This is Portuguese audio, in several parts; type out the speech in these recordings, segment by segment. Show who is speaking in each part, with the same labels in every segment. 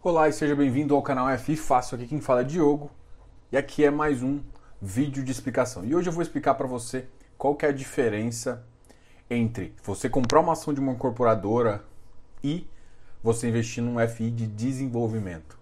Speaker 1: Olá e seja bem-vindo ao canal FI Fácil, aqui quem fala é Diogo e aqui é mais um vídeo de explicação. E hoje eu vou explicar para você qual que é a diferença entre você comprar uma ação de uma incorporadora e você investir num FI de desenvolvimento.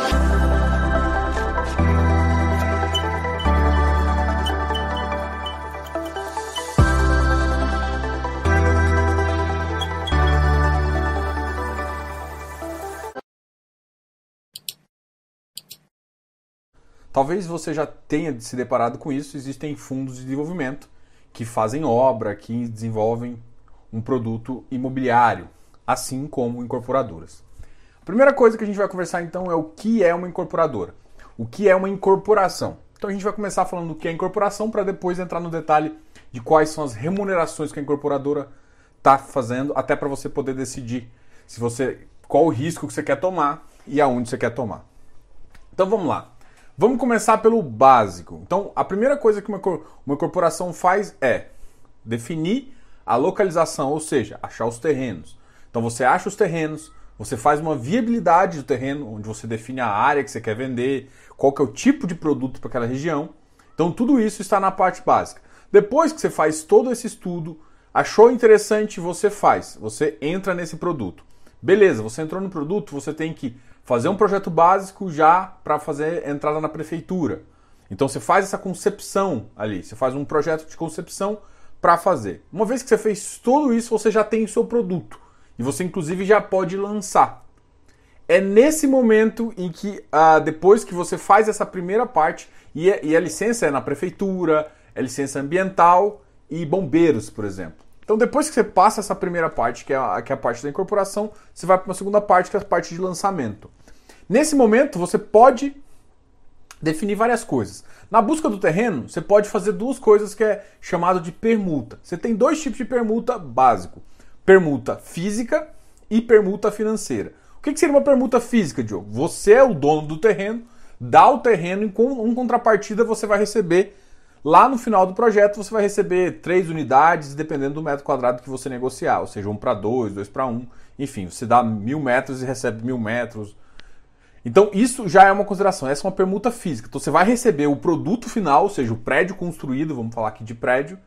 Speaker 1: Talvez você já tenha se deparado com isso. Existem fundos de desenvolvimento que fazem obra, que desenvolvem um produto imobiliário, assim como incorporadoras. A primeira coisa que a gente vai conversar então é o que é uma incorporadora. O que é uma incorporação? Então a gente vai começar falando do que é incorporação para depois entrar no detalhe de quais são as remunerações que a incorporadora está fazendo, até para você poder decidir qual o risco que você quer tomar e aonde você quer tomar. Então vamos lá. Vamos começar pelo básico. Então, a primeira coisa que uma corporação faz é definir a localização, ou seja, achar os terrenos. Então, você acha os terrenos, você faz uma viabilidade do terreno, onde você define a área que você quer vender, qual que é o tipo de produto para aquela região. Então, tudo isso está na parte básica. Depois que você faz todo esse estudo, achou interessante, você entra nesse produto. Beleza, você entrou no produto, você tem que fazer um projeto básico já para fazer entrada na prefeitura. Então você faz essa concepção ali, você faz um projeto de concepção para fazer. Uma vez que você fez tudo isso, você já tem o seu produto. E você inclusive já pode lançar. É nesse momento em que, depois que você faz essa primeira parte, e a licença é na prefeitura, é licença ambiental e bombeiros, por exemplo. Então depois que você passa essa primeira parte, que é a parte da incorporação, você vai para uma segunda parte, que é a parte de lançamento. Nesse momento, você pode definir várias coisas. Na busca do terreno, você pode fazer duas coisas que é chamado de permuta. Você tem dois tipos de permuta básico. Permuta física e permuta financeira. O que seria uma permuta física, Diogo? Você é o dono do terreno, dá o terreno e com contrapartida você vai receber, lá no final do projeto, você vai receber 3 unidades, dependendo do metro quadrado que você negociar. Ou seja, 1 para 2, 2 para 1. Enfim, você dá 1.000 metros e recebe 1.000 metros. Então isso já é uma consideração, essa é uma permuta física. Então você vai receber o produto final, ou seja, o prédio construído, vamos falar aqui de prédio,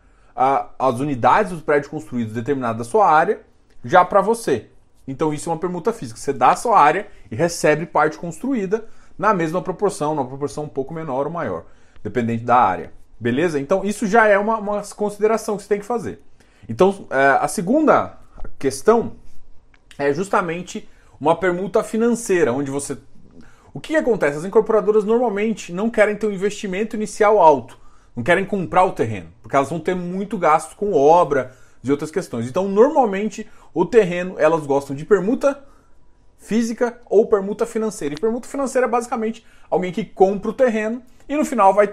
Speaker 1: as unidades do prédio construído determinadas da sua área, já para você. Então isso é uma permuta física, você dá a sua área e recebe parte construída na mesma proporção, numa proporção um pouco menor ou maior, dependente da área. Beleza? Então isso já é uma consideração que você tem que fazer. Então a segunda questão é justamente uma permuta financeira, onde você... O que acontece? As incorporadoras normalmente não querem ter um investimento inicial alto, não querem comprar o terreno, porque elas vão ter muito gasto com obra e outras questões. Então, normalmente, o terreno, elas gostam de permuta física ou permuta financeira. E permuta financeira é basicamente alguém que compra o terreno e no final vai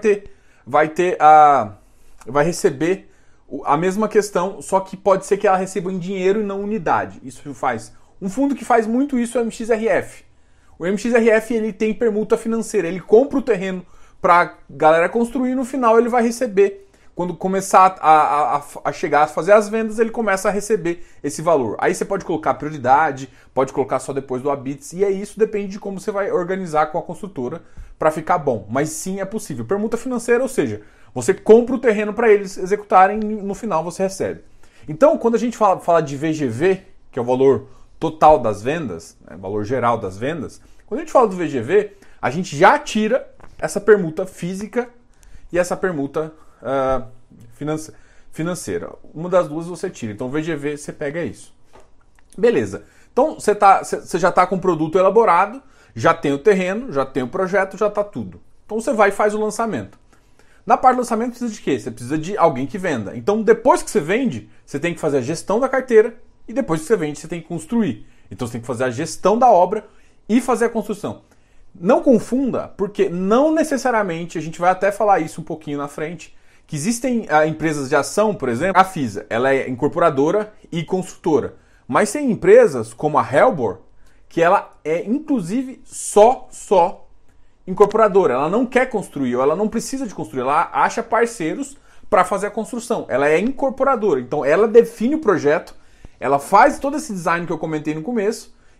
Speaker 1: receber a mesma questão, só que pode ser que ela receba em dinheiro e não unidade. Isso faz... Um fundo que faz muito isso é o MXRF. O MXRF ele tem permuta financeira, ele compra o terreno para a galera construir e no final ele vai receber. Quando começar a chegar a fazer as vendas, ele começa a receber esse valor. Aí você pode colocar prioridade, pode colocar só depois do habits, e isso depende de como você vai organizar com a construtora para ficar bom. Mas sim, é possível. Permuta financeira, ou seja, você compra o terreno para eles executarem e no final você recebe. Então, quando a gente fala de VGV, que é o valor total das vendas, valor geral das vendas, quando a gente fala do VGV, a gente já tira essa permuta física e essa permuta financeira. Uma das duas você tira. Então, o VGV, você pega isso. Beleza. Então, você já está com o produto elaborado, já tem o terreno, já tem o projeto, já está tudo. Então, você vai e faz o lançamento. Na parte do lançamento, precisa de quê? Você precisa de alguém que venda. Então, depois que você vende, você tem que fazer a gestão da carteira e depois que você vende, você tem que construir. Então, você tem que fazer a gestão da obra e fazer a construção. Não confunda, porque não necessariamente, a gente vai até falar isso um pouquinho na frente, que existem empresas de ação, por exemplo, a FISA, ela é incorporadora e construtora. Mas tem empresas como a Helbor, que ela é inclusive só incorporadora. Ela não quer construir, ou ela não precisa de construir, ela acha parceiros para fazer a construção. Ela é incorporadora, então ela define o projeto, ela faz todo esse design que eu comentei no começo,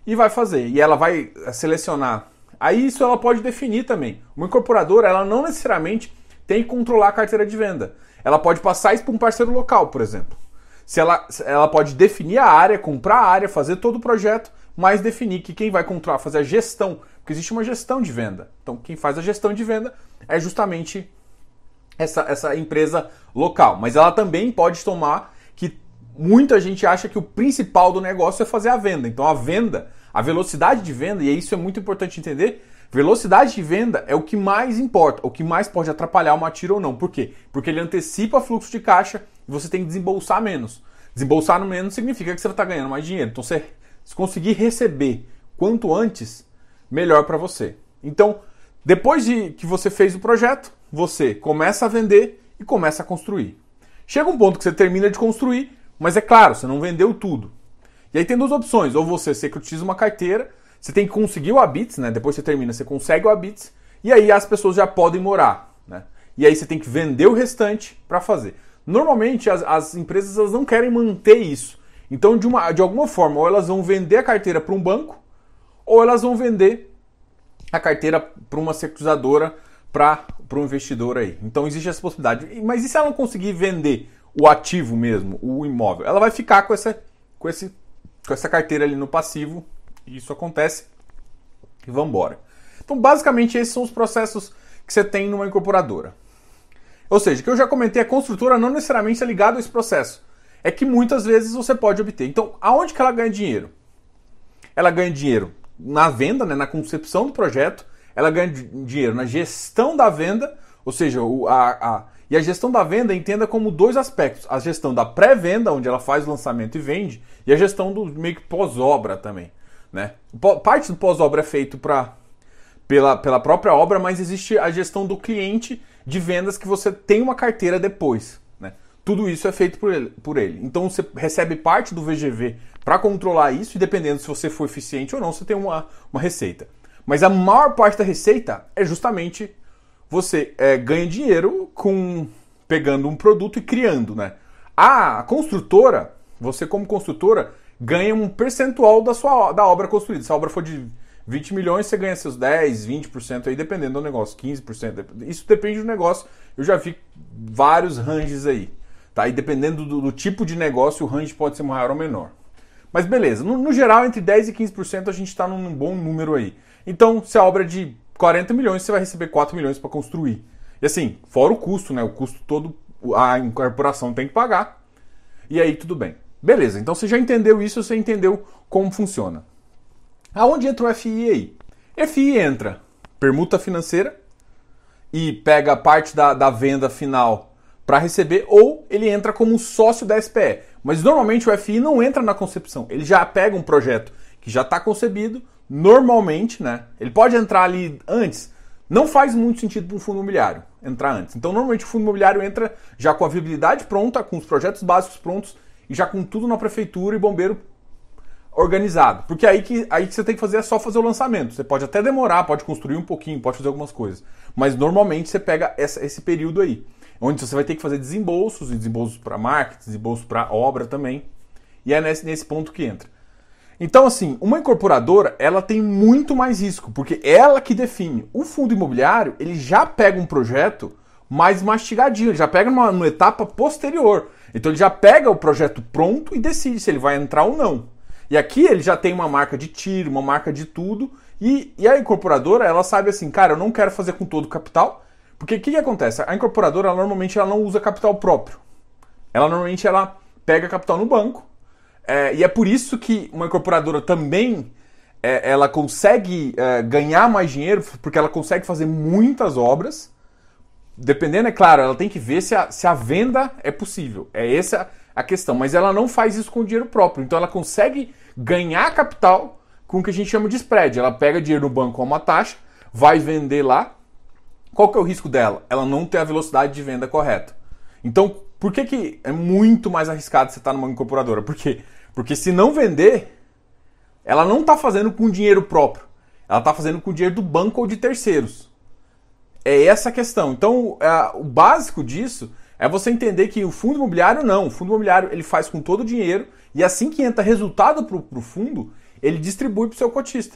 Speaker 1: e vai fazer. E ela vai selecionar. Aí isso ela pode definir também. Uma incorporadora, ela não necessariamente tem que controlar a carteira de venda. Ela pode passar isso para um parceiro local, por exemplo. Ela pode definir a área, comprar a área, fazer todo o projeto, mas definir que quem vai controlar, fazer a gestão, porque existe uma gestão de venda. Então quem faz a gestão de venda é justamente essa empresa local. Mas ela também pode tomar que muita gente acha que o principal do negócio é fazer a venda. Então a venda, a velocidade de venda, e isso é muito importante entender, velocidade de venda é o que mais importa, o que mais pode atrapalhar uma tira ou não. Por quê? Porque ele antecipa fluxo de caixa e você tem que desembolsar menos. Desembolsar menos significa que você vai estar ganhando mais dinheiro. Então, se conseguir receber quanto antes, melhor para você. Então, depois de que você fez o projeto, você começa a vender e começa a construir. Chega um ponto que você termina de construir, mas é claro, você não vendeu tudo. E aí tem duas opções. Ou você securitiza uma carteira, você tem que conseguir o Habits, né? Depois você termina, você consegue o Habits, e aí as pessoas já podem morar, né? E aí você tem que vender o restante para fazer. Normalmente as empresas elas não querem manter isso. Então, de alguma forma, ou elas vão vender a carteira para um banco, ou elas vão vender a carteira para uma securitizadora, para um investidor aí. Então existe essa possibilidade. Mas e se ela não conseguir vender o ativo mesmo, o imóvel? Ela vai ficar com essa carteira ali no passivo, e isso acontece, e vamos embora. Então, basicamente, esses são os processos que você tem numa incorporadora. Ou seja, o que eu já comentei, a construtora não necessariamente é ligada a esse processo. É que muitas vezes você pode obter. Então, aonde que ela ganha dinheiro? Ela ganha dinheiro na venda, né, na concepção do projeto, ela ganha dinheiro na gestão da venda, ou seja, e a gestão da venda entenda como dois aspectos. A gestão da pré-venda, onde ela faz o lançamento e vende, e a gestão do meio que pós-obra também. Né? Parte do pós-obra é feito pela própria obra, mas existe a gestão do cliente de vendas que você tem uma carteira depois. Né? Tudo isso é feito por ele. Então você recebe parte do VGV para controlar isso e dependendo se você for eficiente ou não, você tem uma receita. Mas a maior parte da receita é justamente você ganha dinheiro pegando um produto e criando. Né? A construtora, você como construtora, ganha um percentual da obra construída. Se a obra for de 20 milhões, você ganha seus 10, 20% aí, dependendo do negócio, 15%. Isso depende do negócio. Eu já vi vários ranges aí. Tá? E dependendo do tipo de negócio, o range pode ser maior ou menor. Mas beleza, no geral, entre 10 e 15% a gente está num bom número aí. Então, se a obra é de 40 milhões, você vai receber 4 milhões para construir. E assim, fora o custo, né? O custo todo a incorporação tem que pagar. E aí tudo bem. Beleza, então você já entendeu isso, você entendeu como funciona. Aonde entra o FI aí? FI entra permuta financeira e pega parte da venda final para receber, ou ele entra como sócio da SPE. Mas normalmente o FI não entra na concepção, ele já pega um projeto que já está concebido, normalmente, né? Ele pode entrar ali antes. Não faz muito sentido para um fundo imobiliário entrar antes. Então normalmente o fundo imobiliário entra já com a viabilidade pronta, com os projetos básicos prontos, e já com tudo na prefeitura e bombeiro organizado. Porque aí que você tem que fazer é só fazer o lançamento. Você pode até demorar, pode construir um pouquinho, pode fazer algumas coisas. Mas normalmente você pega esse período aí, onde você vai ter que fazer desembolsos para marketing, desembolsos para obra também. E é nesse ponto que entra. Então, assim, uma incorporadora, ela tem muito mais risco, porque ela que define. O fundo imobiliário, ele já pega um projeto mais mastigadinho, ele já pega numa etapa posterior. Então ele já pega o projeto pronto e decide se ele vai entrar ou não. E aqui ele já tem uma marca de tiro, uma marca de tudo, e a incorporadora, ela sabe assim, cara, eu não quero fazer com todo o capital, porque o que acontece? A incorporadora, normalmente, ela não usa capital próprio. Normalmente, ela pega capital no banco, e é por isso que uma incorporadora também, ela consegue ganhar mais dinheiro, porque ela consegue fazer muitas obras. Dependendo, é claro, ela tem que ver se a venda é possível. É essa a questão. Mas ela não faz isso com dinheiro próprio. Então ela consegue ganhar capital com o que a gente chama de spread. Ela pega dinheiro no banco a uma taxa, vai vender lá. Qual que é o risco dela? Ela não ter a velocidade de venda correta. Então, por que é muito mais arriscado você estar numa incorporadora? Por quê? Porque se não vender, ela não está fazendo com dinheiro próprio. Ela está fazendo com dinheiro do banco ou de terceiros. É essa a questão. Então, o básico disso é você entender que o fundo imobiliário não. O fundo imobiliário ele faz com todo o dinheiro e assim que entra resultado para o fundo, ele distribui para o seu cotista.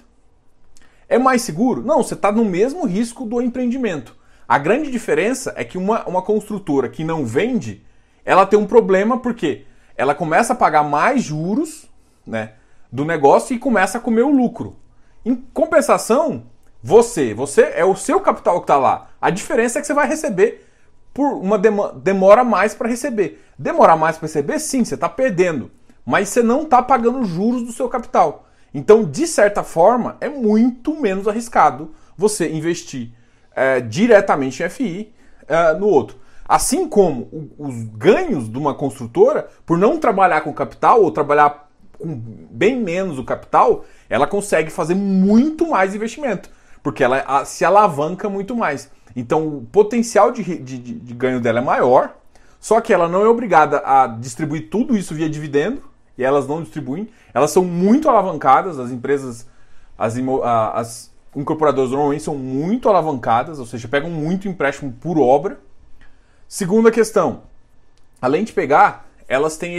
Speaker 1: É mais seguro? Não, você está no mesmo risco do empreendimento. A grande diferença é que uma construtora que não vende, ela tem um problema porque ela começa a pagar mais juros, né, do negócio e começa a comer o lucro. Em compensação, você é o seu capital que está lá. A diferença é que você vai receber por uma demora mais para receber. Demorar mais para receber, sim, você está perdendo. Mas você não está pagando juros do seu capital. Então, de certa forma, é muito menos arriscado você investir diretamente em FI no outro. Assim como os ganhos de uma construtora, por não trabalhar com capital ou trabalhar com bem menos o capital, ela consegue fazer muito mais investimento, porque ela se alavanca muito mais. Então, o potencial de ganho dela é maior, só que ela não é obrigada a distribuir tudo isso via dividendo, e elas não distribuem. Elas são muito alavancadas, as empresas, as incorporadoras normalmente são muito alavancadas, ou seja, pegam muito empréstimo por obra. Segunda questão, além de pegar, elas têm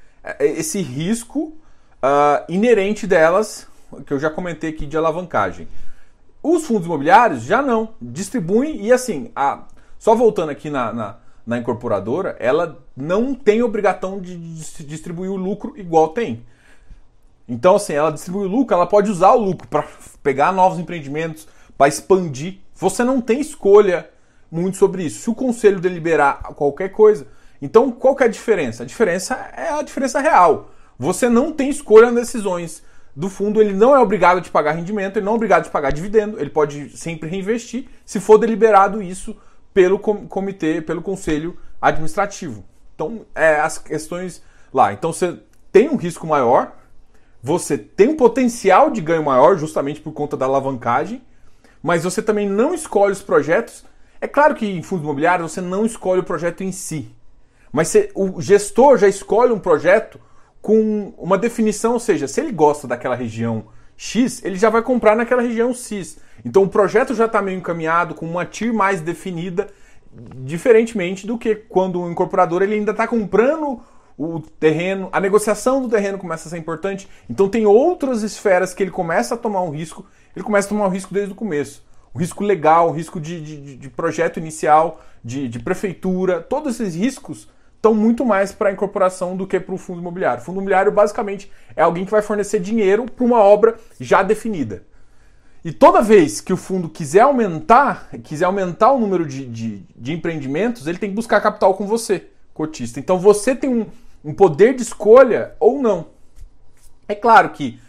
Speaker 1: esse risco inerente delas, que eu já comentei aqui de alavancagem. Os fundos imobiliários já não, distribuem e assim, só voltando aqui na incorporadora, ela não tem obrigação de distribuir o lucro igual tem. Então, assim, ela distribui o lucro, ela pode usar o lucro para pegar novos empreendimentos, para expandir. Você não tem escolha muito sobre isso. Se o conselho deliberar qualquer coisa, então qual que é a diferença? A diferença é a diferença real. Você não tem escolha nas decisões do fundo, ele não é obrigado a te pagar rendimento, ele não é obrigado a te pagar dividendo, ele pode sempre reinvestir, se for deliberado isso pelo comitê, pelo conselho administrativo. Então, as questões lá. Então, você tem um risco maior, você tem um potencial de ganho maior, justamente por conta da alavancagem, mas você também não escolhe os projetos. É claro que em fundos imobiliários você não escolhe o projeto em si, mas o gestor já escolhe um projeto com uma definição, ou seja, se ele gosta daquela região X, ele já vai comprar naquela região X. Então o projeto já está meio encaminhado, com uma TIR mais definida, diferentemente do que quando o incorporador ele ainda está comprando o terreno, a negociação do terreno começa a ser importante. Então tem outras esferas que ele começa a tomar um risco, ele começa a tomar um risco desde o começo. O risco legal, o risco de projeto inicial, de prefeitura, todos esses riscos estão muito mais para a incorporação do que para o fundo imobiliário. O fundo imobiliário basicamente é alguém que vai fornecer dinheiro para uma obra já definida. E toda vez que o fundo quiser aumentar o número de empreendimentos, ele tem que buscar capital com você, cotista. Então você tem um poder de escolha ou não. É claro que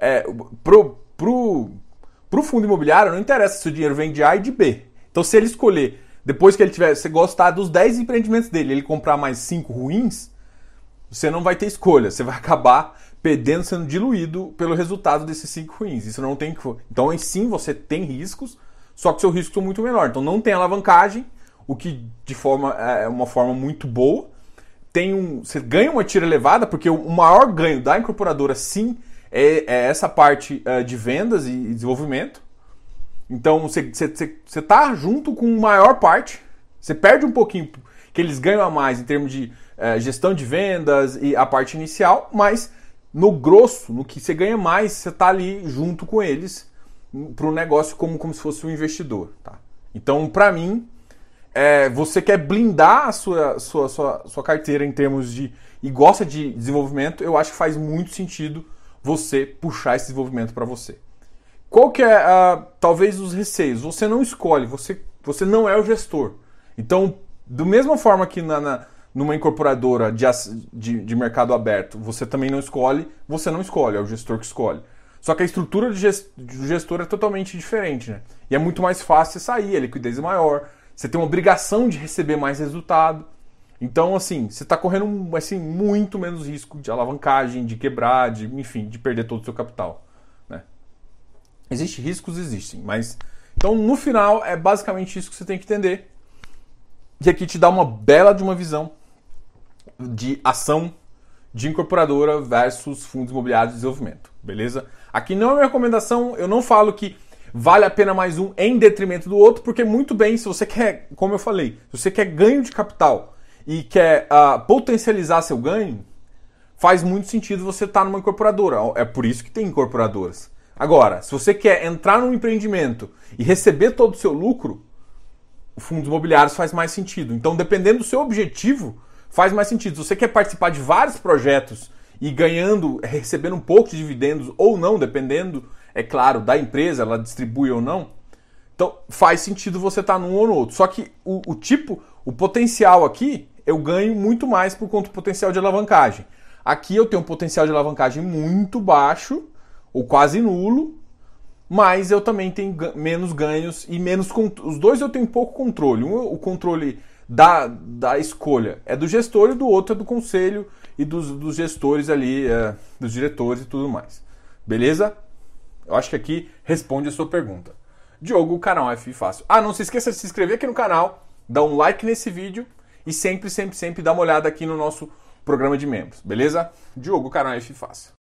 Speaker 1: pro fundo imobiliário não interessa se o dinheiro vem de A e de B. Então se ele escolher, depois que você gostar dos 10 empreendimentos dele, ele comprar mais 5 ruins, você não vai ter escolha. Você vai acabar perdendo, sendo diluído pelo resultado desses 5 ruins. Isso não tem que... Então, sim, você tem riscos, só que seu risco é muito menor. Então, não tem alavancagem, o que é uma forma muito boa. Você ganha uma tira elevada, porque o maior ganho da incorporadora, sim, é essa parte de vendas e desenvolvimento. Então, você está junto com a maior parte, você perde um pouquinho, que eles ganham a mais em termos de gestão de vendas e a parte inicial, mas no grosso, no que você ganha mais, você está ali junto com eles para o negócio como se fosse um investidor. Tá? Então, para mim, você quer blindar a sua carteira em termos de... e gosta de desenvolvimento, eu acho que faz muito sentido você puxar esse desenvolvimento para você. Qual que é, talvez, os receios? Você não escolhe, você não é o gestor. Então, da mesma forma que numa incorporadora de mercado aberto, você também não escolhe, você não escolhe, é o gestor que escolhe. Só que a estrutura do gestor é totalmente diferente, né? E é muito mais fácil você sair, a liquidez é maior, você tem uma obrigação de receber mais resultado. Então, assim, você está correndo assim, muito menos risco de alavancagem, de quebrar, enfim, de perder todo o seu capital. Existem riscos? Existem, mas... Então, no final, é basicamente isso que você tem que entender. E aqui te dá uma bela de uma visão de ação de incorporadora versus fundos imobiliários de desenvolvimento, beleza? Aqui não é uma recomendação, eu não falo que vale a pena mais um em detrimento do outro, porque muito bem, se você quer, como eu falei, se você quer ganho de capital e quer potencializar seu ganho, faz muito sentido você estar numa incorporadora. É por isso que tem incorporadoras. Agora, se você quer entrar num empreendimento e receber todo o seu lucro, fundos imobiliários faz mais sentido. Então, dependendo do seu objetivo, faz mais sentido. Se você quer participar de vários projetos e ganhando, recebendo um pouco de dividendos ou não, dependendo, é claro, da empresa, ela distribui ou não, então faz sentido você estar num ou no outro. Só que o potencial aqui, eu ganho muito mais por conta do potencial de alavancagem. Aqui eu tenho um potencial de alavancagem muito baixo, ou quase nulo, mas eu também tenho menos ganhos e menos... Os dois eu tenho pouco controle. O controle da escolha é do gestor e do outro é do conselho e dos gestores ali, dos diretores e tudo mais. Beleza? Eu acho que aqui responde a sua pergunta. Diogo, o canal F Fácil. Não se esqueça de se inscrever aqui no canal, dar um like nesse vídeo e sempre dá uma olhada aqui no nosso programa de membros. Beleza? Diogo, o canal F Fácil.